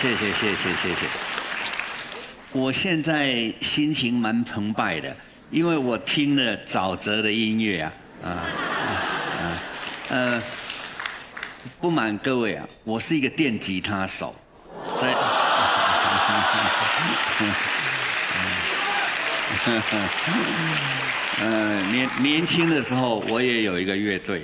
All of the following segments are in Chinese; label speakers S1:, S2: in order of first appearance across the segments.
S1: 谢谢谢谢谢谢。我现在心情蛮澎湃的，因为我听了沼泽的音乐不瞒各位啊，我是一个电吉他手，在年轻的时候我也有一个乐队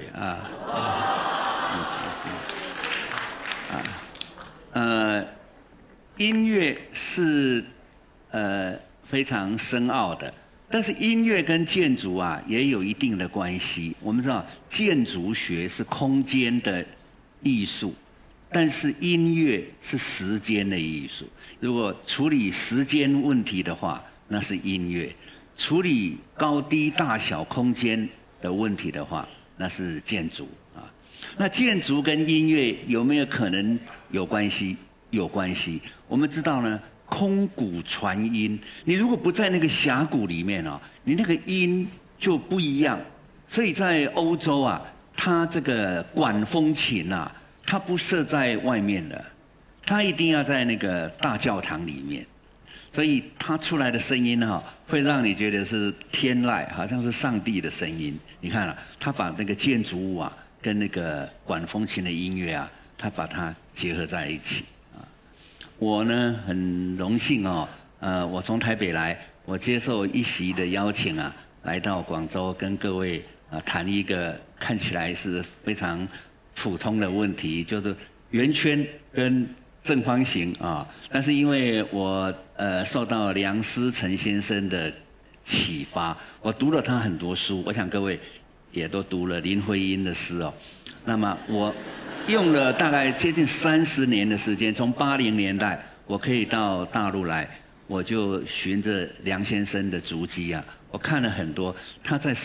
S1: 音乐是非常深奥的，但是音乐跟建筑啊也有一定的关系。我们知道建筑学是空间的艺术，但是音乐是时间的艺术。如果处理时间问题的话，那是音乐；处理高低大小空间的问题的话，那是建筑啊。那建筑跟音乐有没有可能有关系？有关系。我们知道呢，空谷传音，你如果不在那个峡谷里面啊，你那个音就不一样。所以在欧洲啊，它这个管风琴啊，它不设在外面的，它一定要在那个大教堂里面。所以它出来的声音哈，会让你觉得是天籁，好像是上帝的声音。你看啊，它把那个建筑物啊，跟那个管风琴的音乐啊，它把它结合在一起。我呢很荣幸哦，我从台北来，我接受一席的邀请啊，来到广州跟各位谈一个看起来是非常普通的问题，就是圆圈跟正方形啊。但是因为我受到梁思成先生的启发，我读了他很多书，我想各位也都读了林徽因的诗哦。那么我用了大概接近30年的时间，从80年代我可以到大陆来，我就循着梁先生的足迹啊，我看了很多他在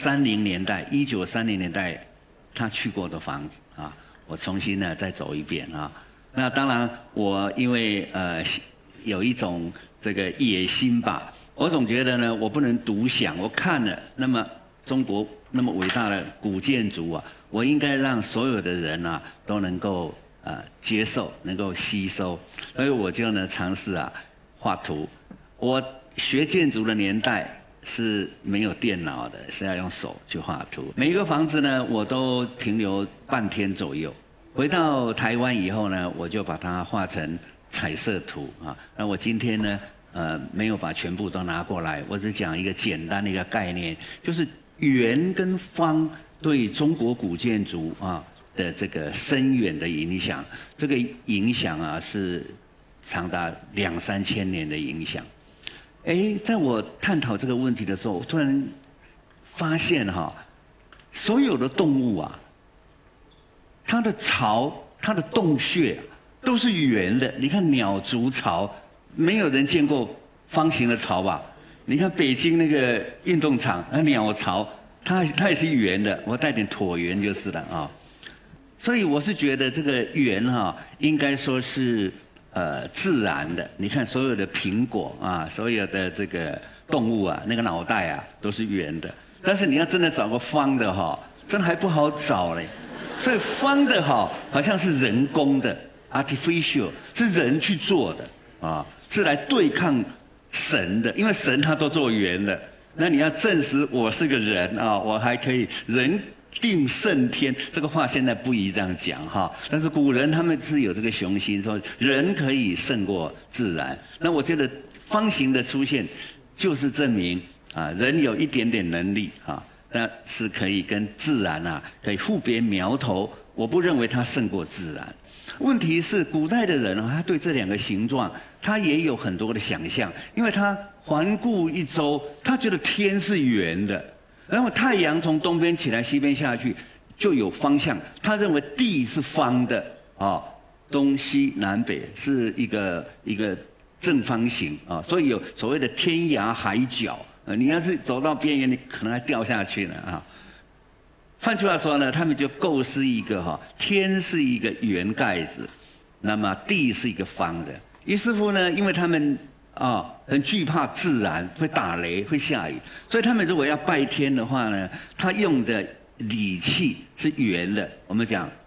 S1: 1930年代他去过的房子啊，我重新呢再走一遍啊。那当然我因为有一种这个野心吧，我总觉得呢我不能独享，我看了那么中国那么伟大的古建筑啊，我应该让所有的人啊都能够接受，能够吸收，所以我就呢尝试画图。我学建筑的年代是没有电脑的，是要用手去画图。每一个房子呢，我都停留半天左右。回到台湾以后呢，我就把它画成彩色图啊。那我今天呢，没有把全部都拿过来，我只讲一个简单的一个概念，就是圆跟方对中国古建筑的这个深远的影响，这个影响啊是长达2-3千年的影响。在我探讨这个问题的时候，我突然发现所有的动物啊，它的巢、它的洞穴都是圆的。你看鸟筑巢，没有人见过方形的巢吧？你看北京那个运动场，那鸟巢，它也是圆的，我带点椭圆就是了啊。所以我是觉得这个圆应该说是自然的。你看所有的苹果啊，所有的这个动物啊，那个脑袋啊都是圆的。但是你要真的找个方的真的还不好找嘞。所以方的好像是人工的 artificial， 是人去做的是来对抗神的，因为神他都做圆的。那你要证实我是个人我还可以人定胜天，这个话现在不宜这样讲但是古人他们是有这个雄心，说人可以胜过自然。那我觉得方形的出现就是证明人有一点点能力那是可以跟自然可以互别苗头。我不认为它胜过自然。问题是古代的人他对这两个形状他也有很多的想象，因为他环顾一周，他觉得天是圆的，然后太阳从东边起来西边下去就有方向，他认为地是方的东西南北是一个正方形所以有所谓的天涯海角你要是走到边缘，你可能还掉下去了换句话说呢，他们就构思一个天是一个圆盖子，那么地是一个方的。于是乎呢，因为他们很惧怕自然，会打雷，会下雨，所以他们如果要拜天的话呢，他用的礼器是圆的。我们讲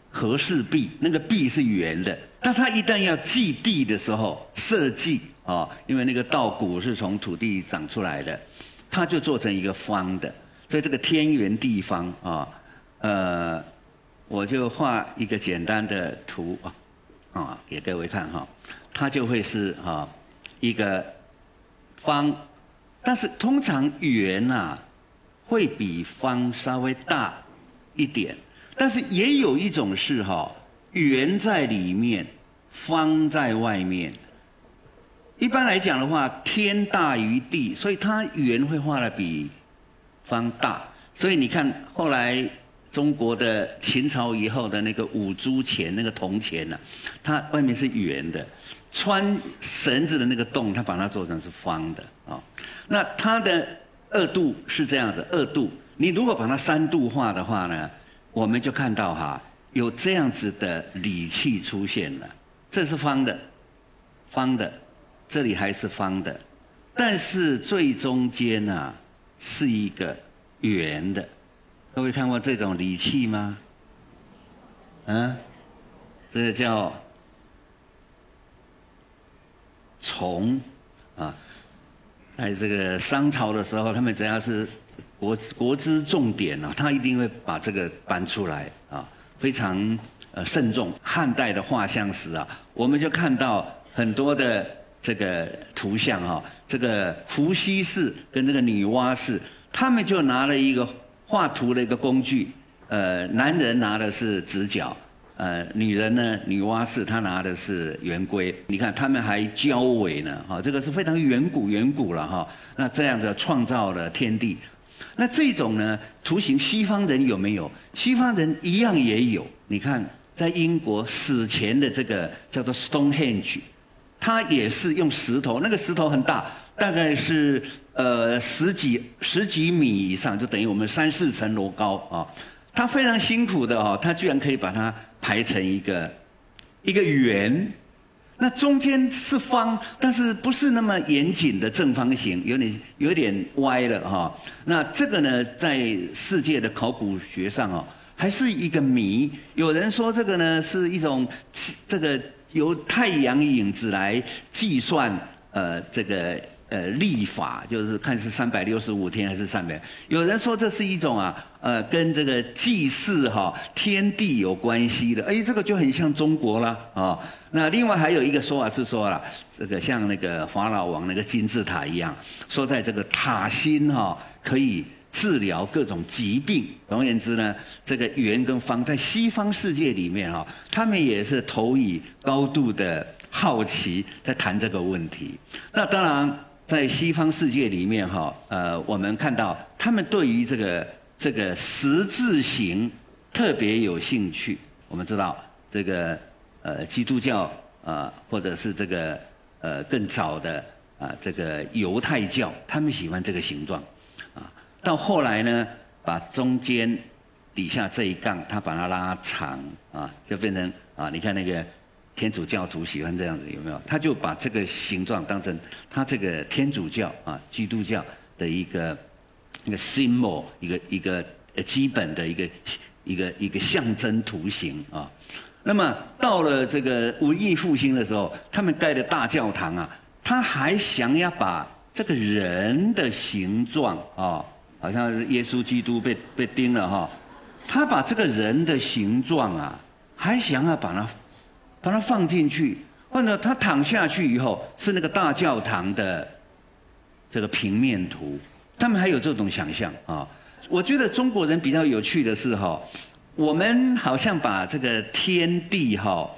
S1: 和氏璧，那个璧是圆的，但它一旦要祭地的时候，社稷因为那个稻谷是从土地长出来的，它就做成一个方的，所以这个天圆地方我就画一个简单的图给各位看它就会是一个方，但是通常圆会比方稍微大一点，但是也有一种是圆在里面，方在外面。一般来讲的话，天大于地，所以它圆会画得比方大。所以你看后来中国的秦朝以后的那个五铢钱，那个铜钱它外面是圆的，穿绳子的那个洞，它把它做成是方的那它的2度是这样子，2度，你如果把它3度画的话呢，我们就看到有这样子的理器出现了，这是方的，方的，这里还是方的，但是最中间是一个圆的。各位看过这种理器吗？这个叫琮在这个商朝的时候，他们只要是国之重典他一定会把这个搬出来非常慎重。汉代的画像石我们就看到很多的这个图像这个伏羲氏跟这个女娲氏，他们就拿了一个画图的一个工具，男人拿的是直角，女人呢，女娲氏她拿的是圆规。你看他们还交尾呢，这个是非常远古了那这样子创造了天地。那这种呢图形，西方人有没有？西方人一样也有。你看在英国史前的这个叫做 Stonehenge， 它也是用石头，那个石头很大，大概是十几米以上，就等于我们3、4层楼高他非常辛苦的他居然可以把它排成一个圆，那中间是方，但是不是那么严谨的正方形，有点歪了那这个呢，在世界的考古学上还是一个谜。有人说这个呢是一种这个由太阳影子来计算这个历法，就是看是365天还是300。有人说这是一种跟这个祭祀天地有关系的，这个就很像中国啦那另外还有一个说法是说这个像那个法老王那个金字塔一样，说在这个塔心可以治疗各种疾病。总而言之呢，这个圆跟方在西方世界里面他们也是投以高度的好奇，在谈这个问题。那当然在西方世界里面我们看到他们对于这个十字形特别有兴趣。我们知道这个基督教或者是这个更早的这个犹太教，他们喜欢这个形状到后来呢，把中间底下这一杠，他把它拉长就变成你看那个天主教徒喜欢这样子，有没有？他就把这个形状当成他这个天主教基督教的一个 symbol， 一个基本的一个象征图形那么到了这个文艺复兴的时候，他们盖的大教堂他还想要把这个人的形状好像是耶稣基督被钉了他把这个人的形状还想要把它放进去，或者他躺下去以后是那个大教堂的这个平面图，他们还有这种想象我觉得中国人比较有趣的是我们好像把这个天地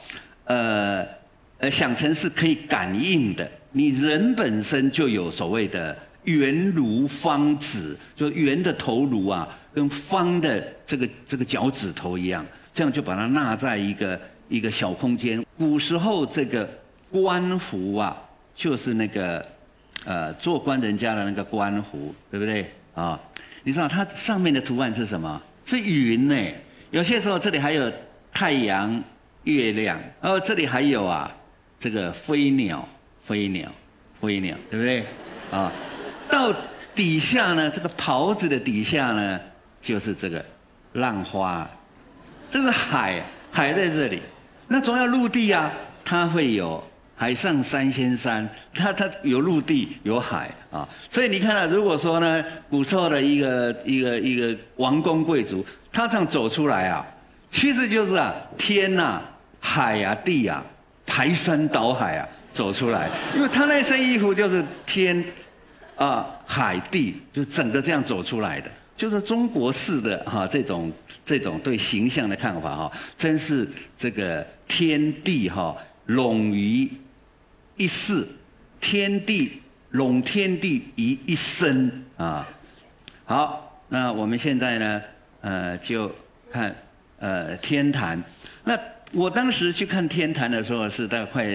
S1: 想成是可以感应的，你人本身就有所谓的圆如方指，就圆的头颅跟方的这个脚趾头一样，这样就把它纳在一个小空间。古时候这个官服就是那个做官人家的那个官服，对不对你知道它上面的图案是什么？是云呢。有些时候这里还有太阳、月亮，这里还有这个飞鸟，对不对到底下呢，这个袍子的底下呢，就是这个浪花，这是海， 海在这里，那总要陆地啊，它会有海上三仙山，它有陆地有海啊，所以你看到，如果说呢，古时候的一个王公贵族，他这样走出来啊，其实就是啊天啊、海啊、地啊排山倒海啊走出来，因为他那身衣服就是天啊、海地，就整个这样走出来的，就是中国式的哈、这种对形象的看法哈、真是这个天地哈、拢于一世，天地拢天地于一身啊。好，那我们现在呢，就看天坛。那我当时去看天坛的时候是大概快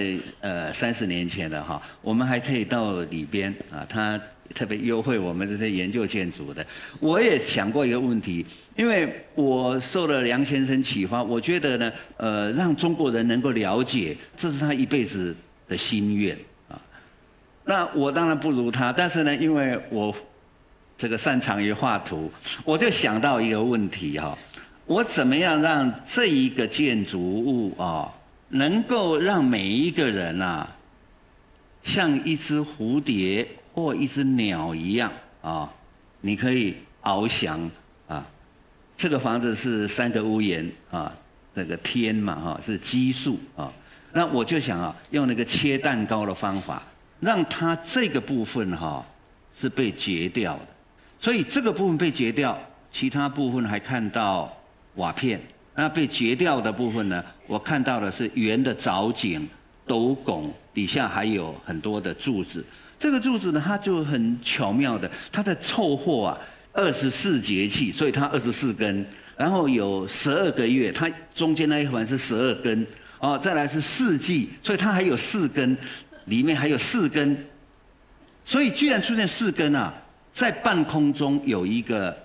S1: 30年前了哈，我们还可以到里边啊，他特别优惠我们这些研究建筑的。我也想过一个问题，因为我受了梁先生启发，我觉得呢，让中国人能够了解，这是他一辈子的心愿啊。那我当然不如他，但是呢，因为我这个擅长于画图，我就想到一个问题哈。我怎么样让这一个建筑物啊，能够让每一个人啊，像一只蝴蝶或一只鸟一样啊，你可以翱翔啊。这个房子是3个屋檐啊，那个天嘛哈是奇数啊。那我就想啊，用那个切蛋糕的方法，让它这个部分哈是被截掉的，所以这个部分被截掉，其他部分还看到瓦片，那被截掉的部分呢，我看到的是圆的藻井、斗拱，底下还有很多的柱子。这个柱子呢，它就很巧妙的，它的凑合啊，24节气，所以它24根，然后有12个月，它中间那一环是12根，哦，再来是4季，所以它还有4根，里面还有4根，所以居然出现4根啊，在半空中有一个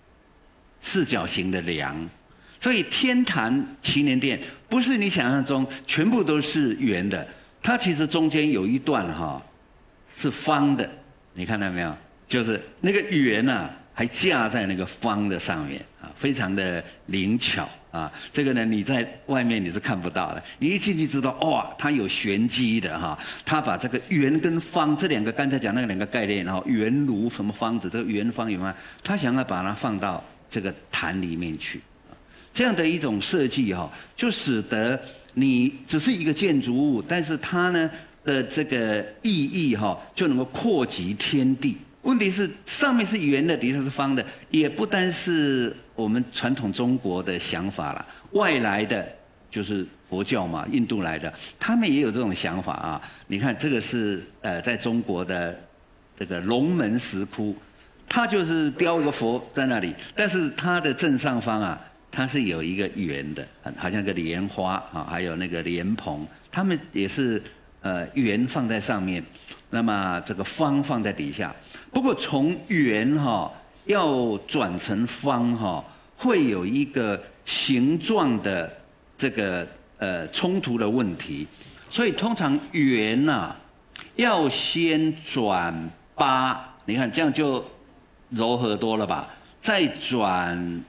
S1: 4角形的梁。所以天坛祈年殿不是你想象中全部都是圆的，它其实中间有一段哈是方的，你看到没有？就是那个圆啊还架在那个方的上面啊，非常的灵巧啊。这个呢你在外面你是看不到的，你一进去知道哇，它有玄机的哈。它把这个圆跟方这两个刚才讲那2个概念，然后圆如什么方子，这个圆方有没有？他想要把它放到这个坛里面去。这样的一种设计哈，就使得你只是一个建筑物，但是它呢的这个意义哈，就能够扩及天地。问题是上面是圆的，底下是方的，也不单是我们传统中国的想法啦，外来的就是佛教嘛，印度来的，他们也有这种想法啊。你看这个是在中国的这个龙门石窟，它就是雕一个佛在那里，但是它的正上方啊。它是有一个圆的，好像个莲花啊，还有那个莲蓬，它们也是圆放在上面，那么这个方放在底下。不过从圆哈要转成方哈，会有一个形状的这个冲突的问题，所以通常圆呐要先转8，你看这样就柔和多了吧，再转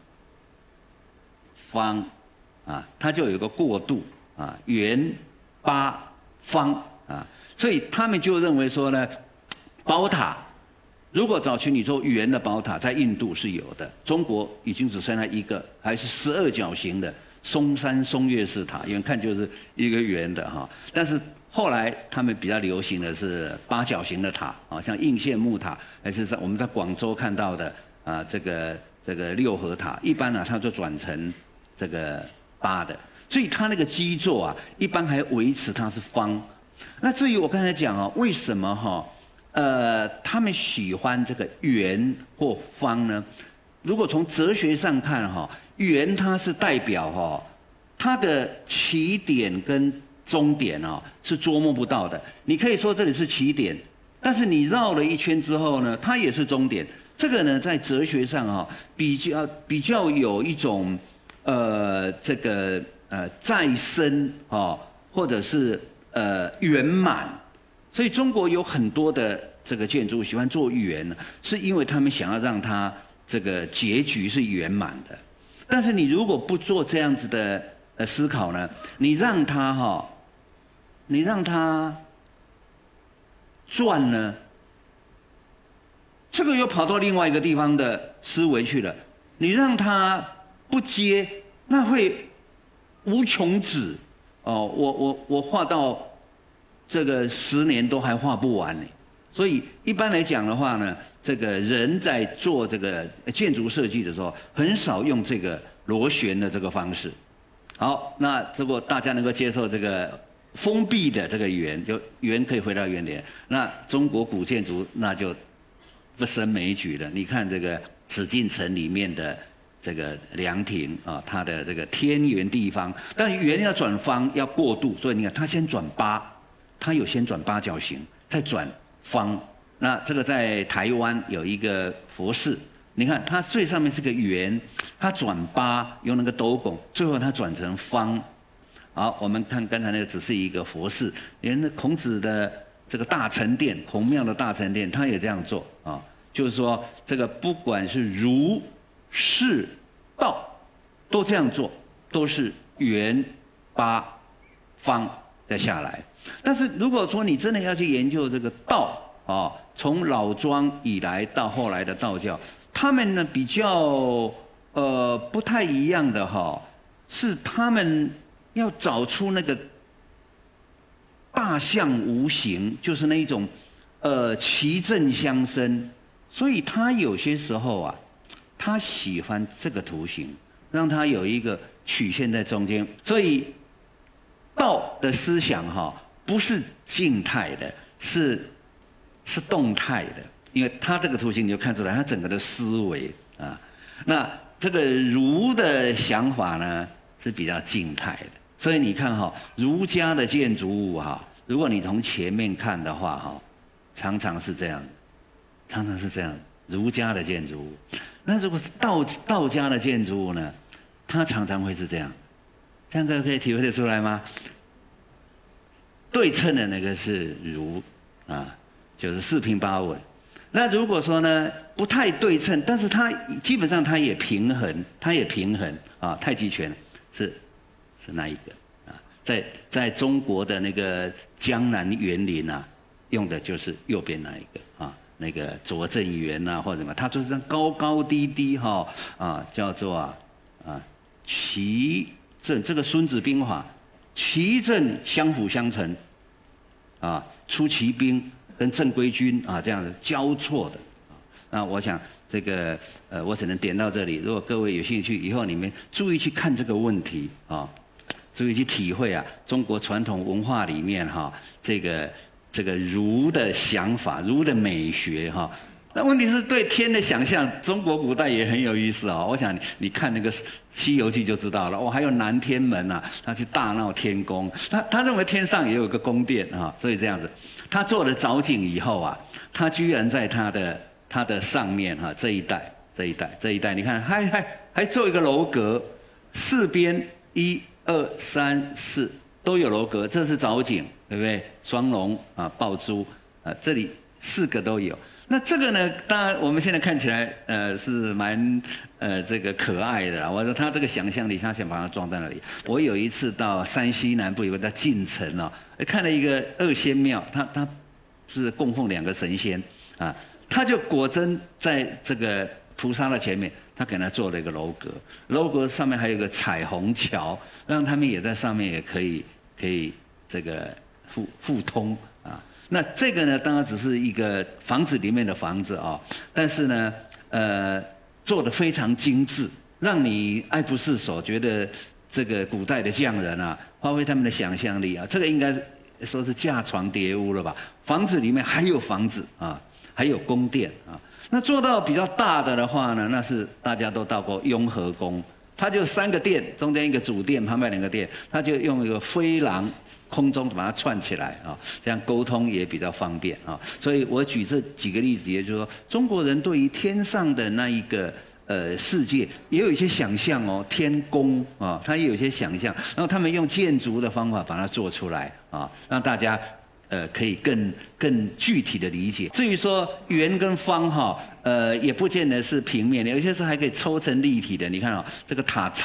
S1: 方啊，它就有个过渡啊，圆、8、方啊，所以他们就认为说呢，宝塔如果早期你做圆的宝塔，在印度是有的，中国已经只剩下一个，还是12角形的嵩山嵩岳寺塔，远看就是一个圆的哈。但是后来他们比较流行的是8角形的塔啊，像应县木塔，还是我们在广州看到的啊，这个6合塔，一般呢它就转成这个8的，所以它那个基座啊，一般还维持它是方。那至于我刚才讲啊，为什么哈，他们喜欢这个圆或方呢？如果从哲学上看哈，圆它是代表哈，它的起点跟终点啊是捉摸不到的。你可以说这里是起点，但是你绕了一圈之后呢，它也是终点。这个呢，在哲学上哈，比较有一种再生啊，或者是圆满。所以中国有很多的这个建筑喜欢做圆，是因为他们想要让它这个结局是圆满的。但是你如果不做这样子的思考呢？你让它你让它转呢，这个又跑到另外一个地方的思维去了。你让它不接，那会无穷止。哦，我画到这个10年都还画不完呢。所以一般来讲的话呢，这个人在做这个建筑设计的时候，很少用这个螺旋的这个方式。好，那如果大家能够接受这个封闭的这个圆，就圆可以回到原点，那中国古建筑那就不胜枚举了。你看这个紫禁城里面的这个凉亭啊，它的这个天圆地方，但圆要转方要过渡，所以你看它先转八，它有先转八角形，再转方。那这个在台湾有一个佛寺，你看它最上面是个圆，它转八用那个斗拱，最后它转成方。好，我们看刚才那个只是一个佛寺，连那孔子的这个大成殿，孔庙的大成殿，他也这样做啊，就是说这个不管是儒、释、道，都这样做，都是圆、八、方再下来。但是如果说你真的要去研究这个道啊，从老庄以来到后来的道教，他们呢比较不太一样的是他们要找出那个大象无形，就是那一种奇正相生，所以他有些时候啊，他喜欢这个图形，让它有一个曲线在中间。所以道的思想不是静态的，是动态的，因为它这个图形你就看出来，它整个的思维啊。那这个儒的想法呢是比较静态的，所以你看儒家的建筑物如果你从前面看的话常常是这样，常常是这样，儒家的建筑物。那如果是道家的建筑物呢，它常常会是这样，这样可以体会得出来吗？对称的那个是儒啊，就是四平八稳。那如果说呢不太对称，但是它基本上它也平衡啊，太极拳是那一个啊，在中国的那个江南园林啊，用的就是右边那一个啊，那个拙政园啊或者什么，它就是这样高高低低叫做齐正，这个《孙子兵法》，齐正相辅相成啊，出奇兵跟正规军这样子交错的。那我想这个我只能点到这里。如果各位有兴趣，以后你们注意去看这个问题注意去体会中国传统文化里面这个儒的想法、儒的美学那问题是对天的想象，中国古代也很有意思我想你看那个《西游记》就知道了。还有南天门他去大闹天宫，他认为天上也有个宫殿所以这样子，他做了藻井以后他居然在他的上面这一带，你看还做一个楼阁，四边1、2、3、4都有楼阁，这是藻井，对不对？双龙抱珠这里4个都有。那这个呢，当然我们现在看起来是蛮这个可爱的我说他这个想象力，他想把它装在那里。我有一次到山西南部有个叫晋城看了一个2仙庙，他是供奉2个神仙他就果真在这个菩萨的前面，他给他做了一个楼阁，楼阁上面还有一个彩虹桥，让他们也在上面也可以这个互通那这个呢，当然只是一个房子里面的房子但是呢，做得非常精致，让你爱不释手，觉得这个古代的匠人发挥他们的想象力这个应该说是架床叠屋了吧？房子里面还有房子还有宫殿那做到比较大的话呢，那是大家都到过雍和宫，它就3个殿，中间一个主殿，旁边2个殿，它就用一个飞廊空中把它串起来这样沟通也比较方便所以我举这几个例子，也就是说中国人对于天上的那一个世界也有一些想象天宫他也有一些想象，然后他们用建筑的方法把它做出来让大家可以更具体的理解。至于说圆跟方也不见得是平面的，有些时候还可以抽成立体的。你看这个塔刹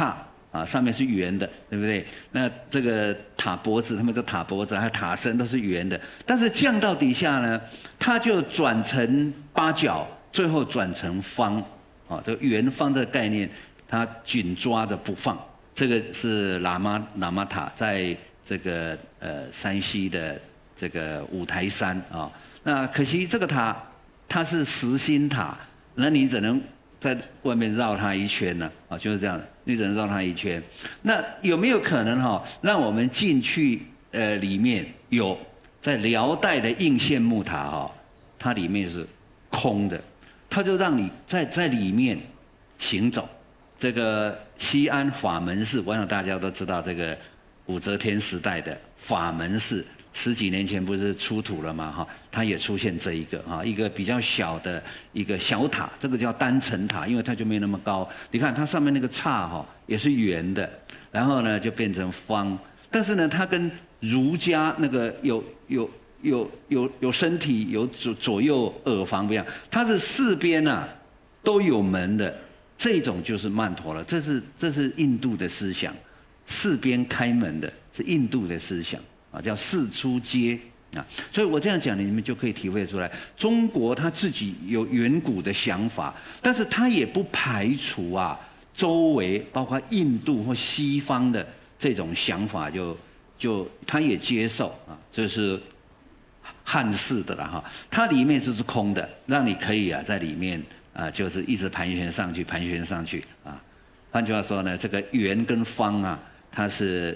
S1: 啊，上面是圆的，对不对？那这个塔脖子，他们的塔脖子还有塔身都是圆的，但是降到底下呢，它就转成八角，最后转成方，啊，这个圆方的概念，它紧抓着不放。这个是喇嘛塔，在这个山西的这个五台山啊。那可惜这个塔它是实心塔，那你只能在外面绕它一圈呢，啊，就是这样的，你只能绕它一圈。那有没有可能哈，让我们进去里面有在辽代的应县木塔哈，它里面是空的，它就让你在里面行走。这个西安法门寺，我想大家都知道，这个武则天时代的法门寺，10几年前不是出土了吗？哈，它也出现这一个哈，一个比较小的一个小塔，这个叫单层塔，因为它就没那么高。你看它上面那个刹哈也是圆的，然后呢就变成方，但是呢它跟儒家那个有身体有左右耳房不一样，它是4边啊都有门的。这种就是曼陀罗，这是印度的思想，4边开门的是印度的思想啊，叫4出街啊。所以我这样讲，你们就可以体会出来，中国它自己有远古的想法，但是它也不排除啊周围包括印度或西方的这种想法，就它也接受啊，这是汉式的了哈，它里面就是空的，让你可以啊在里面。就是一直盘旋上去，盘旋上去啊。换句话说呢，这个圆跟方啊，它是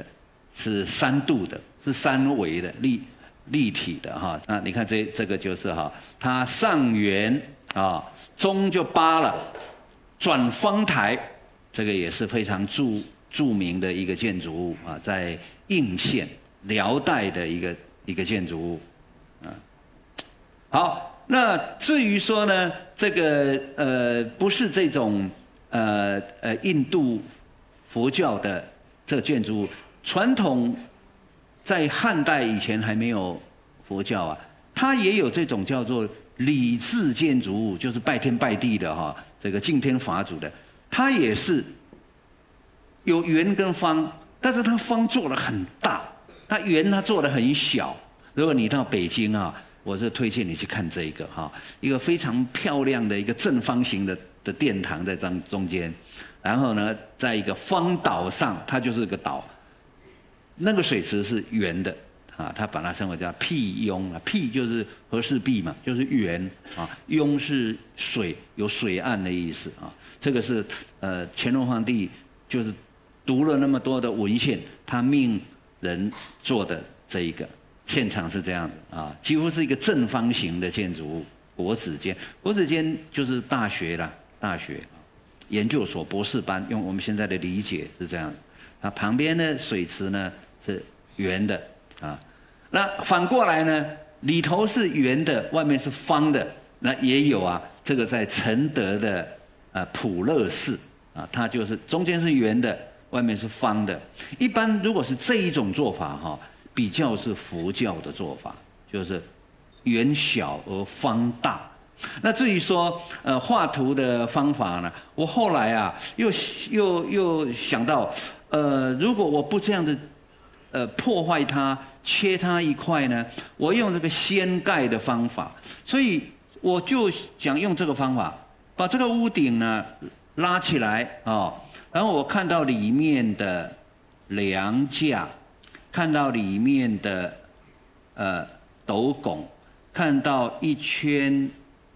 S1: 3度的，是3维的立体的哈。那你看这个就是哈，它上圆啊，中就8了，转方台，这个也是非常著名的一个建筑物啊，在应县辽代的一个建筑物啊。好。那至于说呢，这个不是这种印度佛教的这个建筑物，传统在汉代以前还没有佛教啊，它也有这种叫做礼制建筑物，就是拜天拜地的哈，这个敬天法祖的，它也是有圆跟方，但是它方做得很大，它圆它做得很小。如果你到北京啊。我是推荐你去看这一个哈，一个非常漂亮的一个正方形的殿堂在中间，然后呢，在一个方岛上，它就是个岛，那个水池是圆的啊，它把它称为叫辟雍啊，辟就是和氏璧嘛，就是圆啊，雍是水，有水岸的意思啊。这个是乾隆皇帝就是读了那么多的文献，他命人做的这一个。现场是这样的啊，几乎是一个正方形的建筑物，国子监就是大学啦，大学研究所博士班，用我们现在的理解是这样的。它旁边的水池呢是圆的啊，那反过来呢，里头是圆的，外面是方的，那也有啊。这个在承德的普乐寺啊，它就是中间是圆的，外面是方的。一般如果是这一种做法哈。比较是佛教的做法，就是圆小而方大。那至于说画图的方法呢，我后来啊又想到，如果我不这样子破坏它、切它一块呢，我用这个掀盖的方法，所以我就想用这个方法，把这个屋顶呢拉起来啊，然后我看到里面的梁架。看到里面的斗拱，看到一圈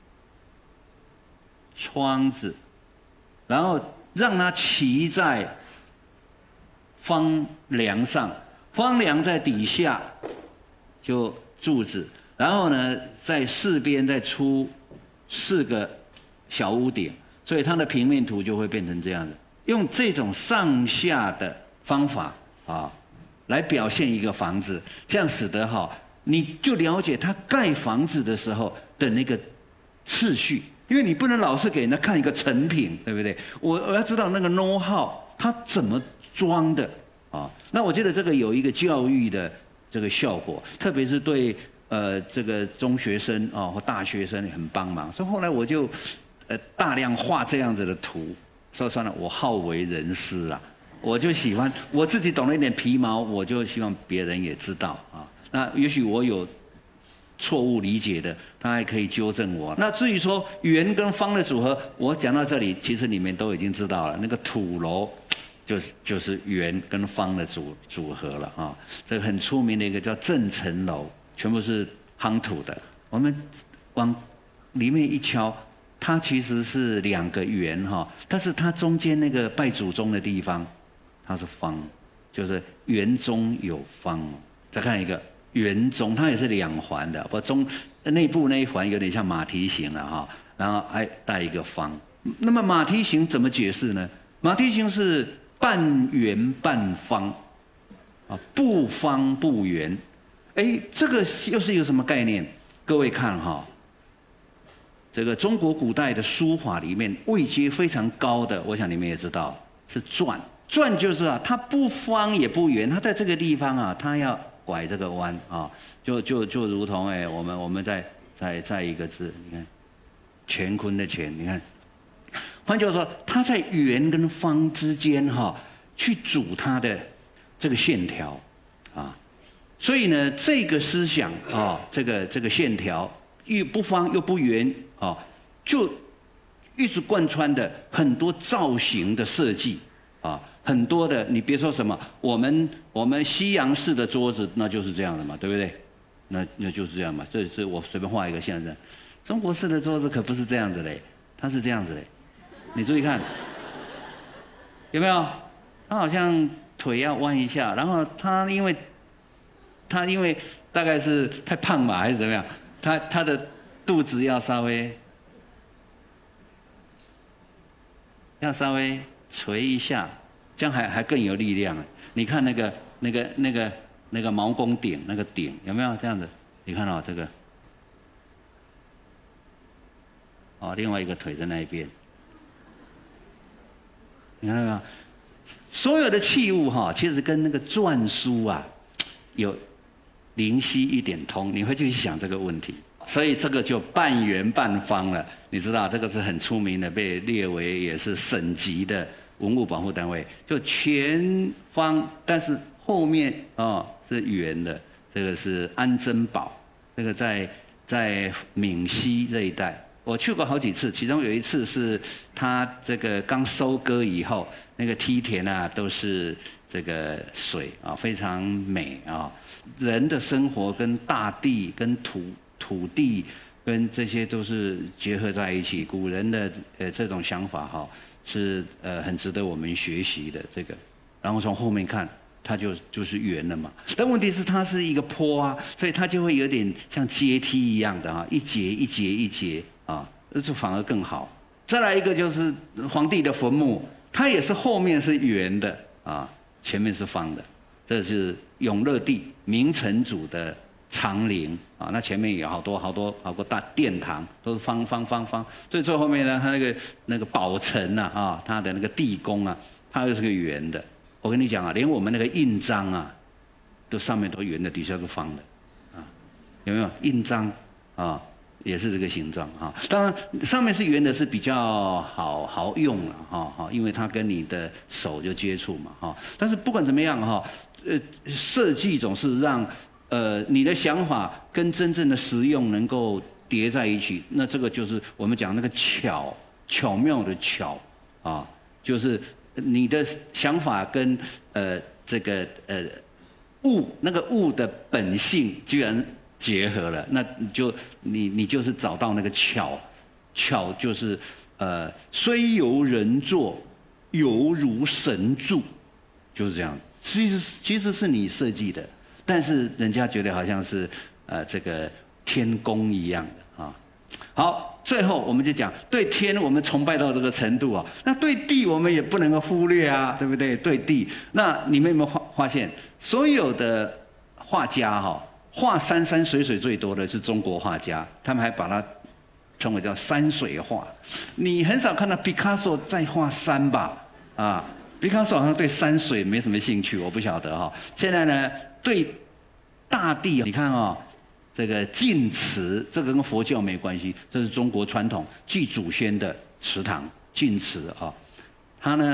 S1: 窗子，然后让它骑在方梁上，方梁在底下就柱子，然后呢在4边再出4个小屋顶，所以它的平面图就会变成这样子。用这种上下的方法啊。来表现一个房子，这样使得哈，你就了解他盖房子的时候的那个次序，因为你不能老是给人家看一个成品，对不对？我要知道那个 know how 它怎么装的啊。那我觉得这个有一个教育的这个效果，特别是对这个中学生啊或大学生很帮忙。所以后来我就大量画这样子的图，说算了，我好为人师啊。 我就喜欢我自己懂了一点皮毛，我就希望别人也知道啊。那也许我有错误理解的，他还可以纠正我。那至于说圆跟方的组合，我讲到这里，其实你们都已经知道了，那个土楼就是圆跟方的组合了啊。这个很出名的一个叫郑成楼，全部是夯土的。我们往里面一敲，它其实是2个圆哈，但是它中间那个拜祖宗的地方，它是方，就是圆中有方。再看一个圆中，它也是2环的，不中内部那一环有点像马蹄形了哈，然后还带一个方。那么马蹄形怎么解释呢？马蹄形是半圆半方，啊，不方不圆。哎，这个又是有什么概念？各位看哈，这个中国古代的书法里面位阶非常高的，我想你们也知道是篆。篆就是啊，它不方也不圆，它在这个地方啊，它要拐这个弯啊，就如同我们在一个字，你看，乾坤的乾，你看，换句话说，它在圆跟方之间哈，去组它的这个线条啊。所以呢，这个思想啊，这个线条又不方又不圆啊，就一直贯穿的很多造型的设计啊，很多的你别说什么，我们西洋式的桌子那就是这样的嘛，对不对？那就是这样嘛。这是我随便画一个线的，中国式的桌子可不是这样子嘞，它是这样子嘞。你注意看，有没有？它好像腿要弯一下，然后它因为大概是太胖吧，还是怎么样？他的肚子要稍微垂一下，这样还更有力量。你看那个毛公鼎那个鼎有没有这样子？你看到这个？哦，另外一个腿在那一边，你看到没有？所有的器物哈，其实跟那个篆书啊有灵犀一点通，你会去想这个问题，所以这个就半圆半方了。你知道这个是很出名的，被列为也是省级的文物保护单位，就全方，但是后面是圆的。这个是安珍堡，这个在闽西这一带，我去过好几次，其中有一次是它这个刚收割以后，那个梯田啊都是这个水啊，非常美啊。人的生活跟大地、跟土地、跟这些都是结合在一起。古人的这种想法哈，是很值得我们学习的这个。然后从后面看，它就是圆了嘛。但问题是它是一个坡啊，所以它就会有点像阶梯一样的啊，一节一节一节啊，这反而更好。再来一个就是皇帝的坟墓，它也是后面是圆的啊，前面是方的。这是永乐帝明成祖的长陵啊，那前面有好多大殿堂，都是方。最后面呢，它那个宝城啊，它的那个地宫啊，它又是个圆的。我跟你讲啊，连我们那个印章啊，都上面都圆的，底下是方的，啊，有没有印章啊？也是这个形状啊。当然上面是圆的，是比较好用了哈，因为它跟你的手就接触嘛哈。但是不管怎么样哈，设计总是让你的想法跟真正的实用能够叠在一起。那这个就是我们讲那个巧妙的巧啊，就是你的想法跟这个那个物的本性居然结合了，那你就是找到那个巧就是虽由人作，犹如神助，就是这样。其实是你设计的，但是人家觉得好像是这个天宫一样的啊。好，最后我们就讲对天我们崇拜到这个程度啊，那对地我们也不能够忽略啊，对不对？对地，那你们有没有发现，所有的画家哈，画山水最多的是中国画家，他们还把它称为叫山水画。你很少看到毕卡索在画山吧？啊，毕卡索好像对山水没什么兴趣，我不晓得哈。现在呢，对大地，你看啊。这个晋祠，这个跟佛教没关系，这是中国传统祭祖先的祠堂，晋祠啊。它呢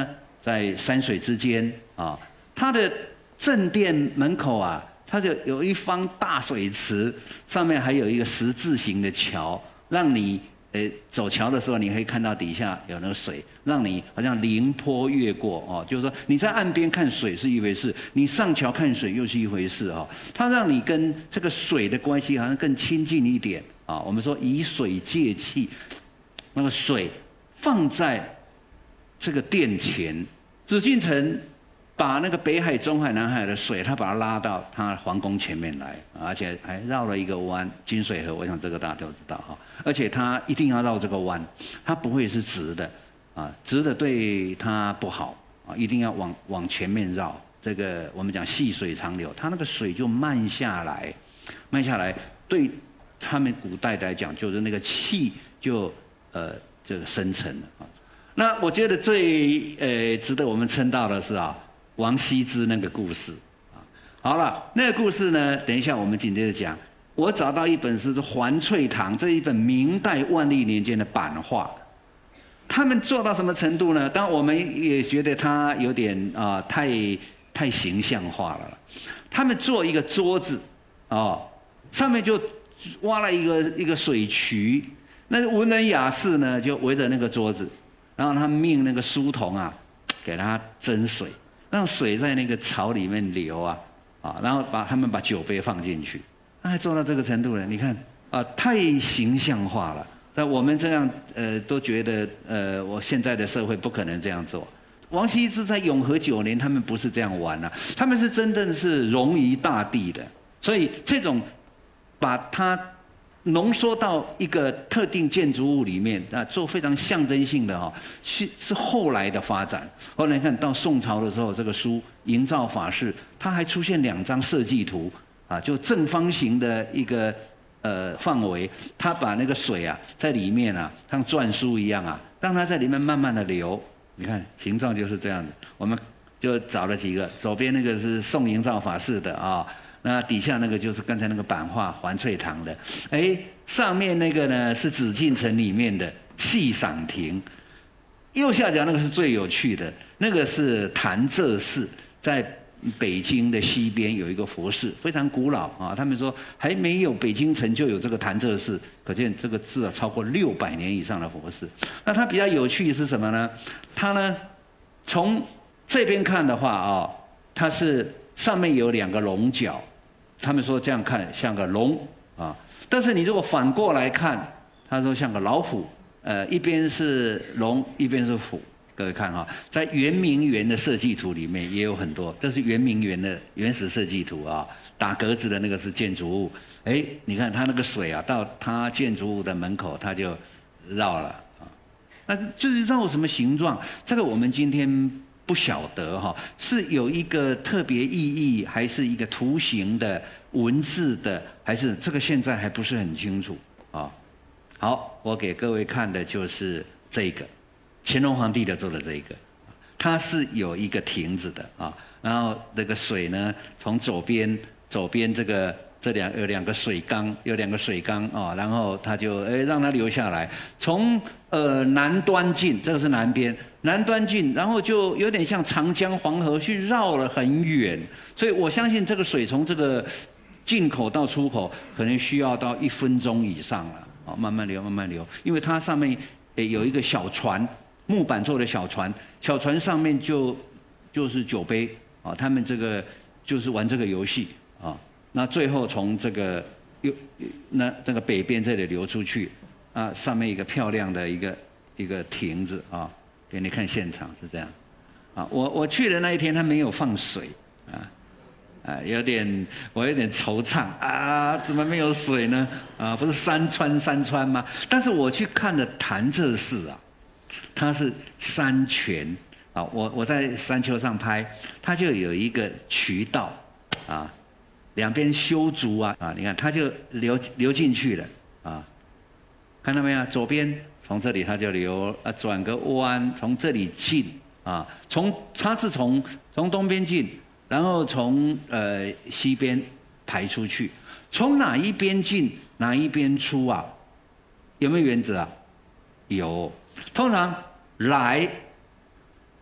S1: 在山水之间啊。它的正殿门口啊，它就有一方大水池，上面还有一个十字形的桥，让你走桥的时候，你可以看到底下有那个水，让你好像凌波越过哦。就是说你在岸边看水是一回事，你上桥看水又是一回事哦。它让你跟这个水的关系好像更亲近一点啊。我们说以水借气，那个水放在这个殿前，紫禁城把那个北海、中海、南海的水，他把它拉到他皇宫前面来，而且还绕了一个弯，金水河，我想这个大家都知道哈。而且他一定要绕这个弯，它不会是直的，啊，直的对它不好啊，一定要往前面绕。这个我们讲细水长流，它那个水就慢下来，慢下来，对他们古代来讲，就是那个气就这个生成了啊。那我觉得最值得我们称道的是啊。王羲之那个故事啊，好了，那个故事呢，等一下我们紧接着讲。我找到一本是《环翠堂》，这一本明代万历年间的版画。他们做到什么程度呢？当然我们也觉得它有点太形象化了。他们做一个桌子哦，上面就挖了一个水渠，那文人雅士呢就围着那个桌子，然后他们命那个书童啊，给他斟水。让水在那个槽里面流啊，然后他们把酒杯放进去，还做到这个程度了。你看啊，太形象化了。但我们这样都觉得我现在的社会不可能这样做。王羲之在永和9年，他们不是这样玩啊，他们是真正是融于大地的。所以这种把它浓缩到一个特定建筑物里面啊，做非常象征性的是后来的发展。后来你看到宋朝的时候，这个书《营造法式》，它还出现2张设计图啊，就正方形的一个范围，它把那个水啊在里面啊，像篆书一样啊，让它在里面慢慢的流。你看形状就是这样的。我们就找了几个，左边那个是宋营造法式的啊。那底下那个就是刚才那个版画环翠堂的，上面那个呢是紫禁城里面的戏赏亭，右下角那个是最有趣的，那个是潭柘寺，在北京的西边有一个佛寺，非常古老啊。他们说还没有北京城就有这个潭柘寺，可见这个寺啊超过600年以上的佛寺。那它比较有趣是什么呢？它呢从这边看的话它是上面有2个龙角。他们说这样看像个龙啊，但是你如果反过来看，他说像个老虎，一边是龙，一边是虎。各位看在圆明园的设计图里面也有很多，这是圆明园的原始设计图啊，打格子的那个是建筑物。你看它那个水啊，到它建筑物的门口，它就绕了啊。那就是绕什么形状？这个我们今天不晓得是有一个特别意义，还是一个图形的、文字的，还是这个现在还不是很清楚啊。好，我给各位看的就是这个乾隆皇帝的做的这个，它是有一个亭子的啊，然后这个水呢，从左边有两个水缸然后它就让它流下来，从南端进，这个是南边，南端进，然后就有点像长江黄河去绕了很远，所以我相信这个水从这个进口到出口可能需要到1分钟以上了，慢慢流，因为它上面有一个小船，木板做的小船，小船上面就是酒杯啊，他们这个就是玩这个游戏啊。那最后从这个那个北边这里流出去啊，上面一个漂亮的一个亭子啊，给你看现场是这样啊。我去的那一天他没有放水我有点惆怅啊，怎么没有水呢？啊，不是山川吗？但是我去看的潭柘寺啊，它是山泉啊，我在山丘上拍，它就有一个渠道啊。2边修竹啊，你看它就流进去了啊，看到没有？左边从这里它就流转个弯，从这里进啊，它是从东边进，然后从西边排出去，从哪一边进哪一边出啊？有没有原则啊？有，通常来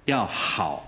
S1: 要好，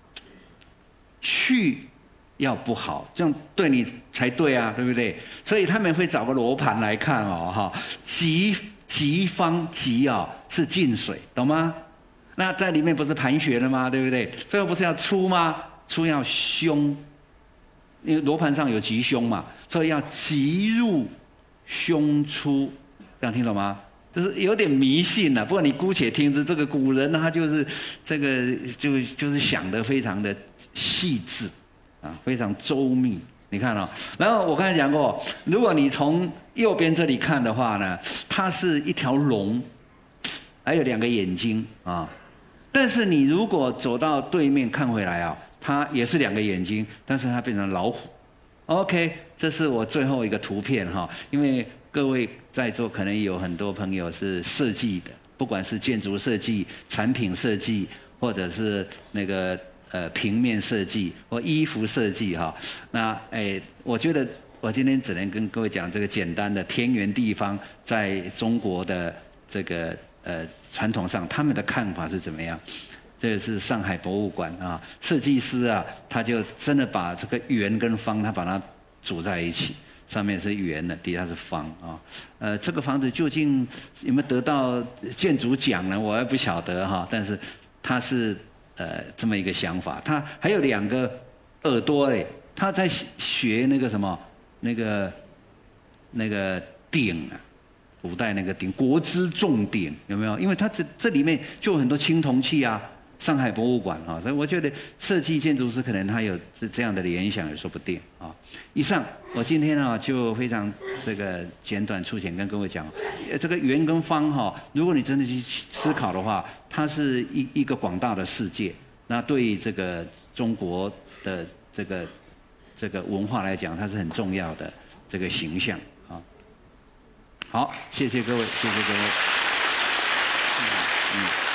S1: 去要不好，这样对你才对啊，对不对？所以他们会找个罗盘来看哦，哈，吉方吉啊是进水，懂吗？那在里面不是盘旋了吗？对不对？最后不是要出吗？出要凶，因为罗盘上有吉凶嘛，所以要吉入凶出，这样听懂吗？就是有点迷信了，不过你姑且听之。这个古人他就是这个就是想得非常的细致啊，非常周密。你看哦，然后我刚才讲过，如果你从右边这里看的话呢，它是一条龙，还有2个眼睛啊。但是你如果走到对面看回来啊，它也是2个眼睛，但是它变成老虎。OK， 这是我最后一个图片哈，因为各位在座可能有很多朋友是设计的，不管是建筑设计、产品设计，或者是那个平面设计或衣服设计哈。那我觉得我今天只能跟各位讲这个简单的天圆地方，在中国的这个传统上，他们的看法是怎么样？这是上海博物馆啊，设计师啊，他就真的把这个圆跟方，他把它组在一起，上面是圆的，底下是方啊。这个房子究竟有没有得到建筑奖呢？我也不晓得哈，但是他是这么一个想法。他还有2个耳朵嘞，他在学那个什么那个鼎啊。古代那个鼎，国之重鼎有没有？因为它这里面就有很多青铜器啊，上海博物馆啊，所以我觉得设计建筑师可能他有这样的联想也说不定啊。以上我今天啊就非常这个简短粗浅跟各位讲，这个圆跟方哈，如果你真的去思考的话，它是一个广大的世界，那对这个中国的这个文化来讲，它是很重要的这个形象。好，谢谢各位，谢谢各位。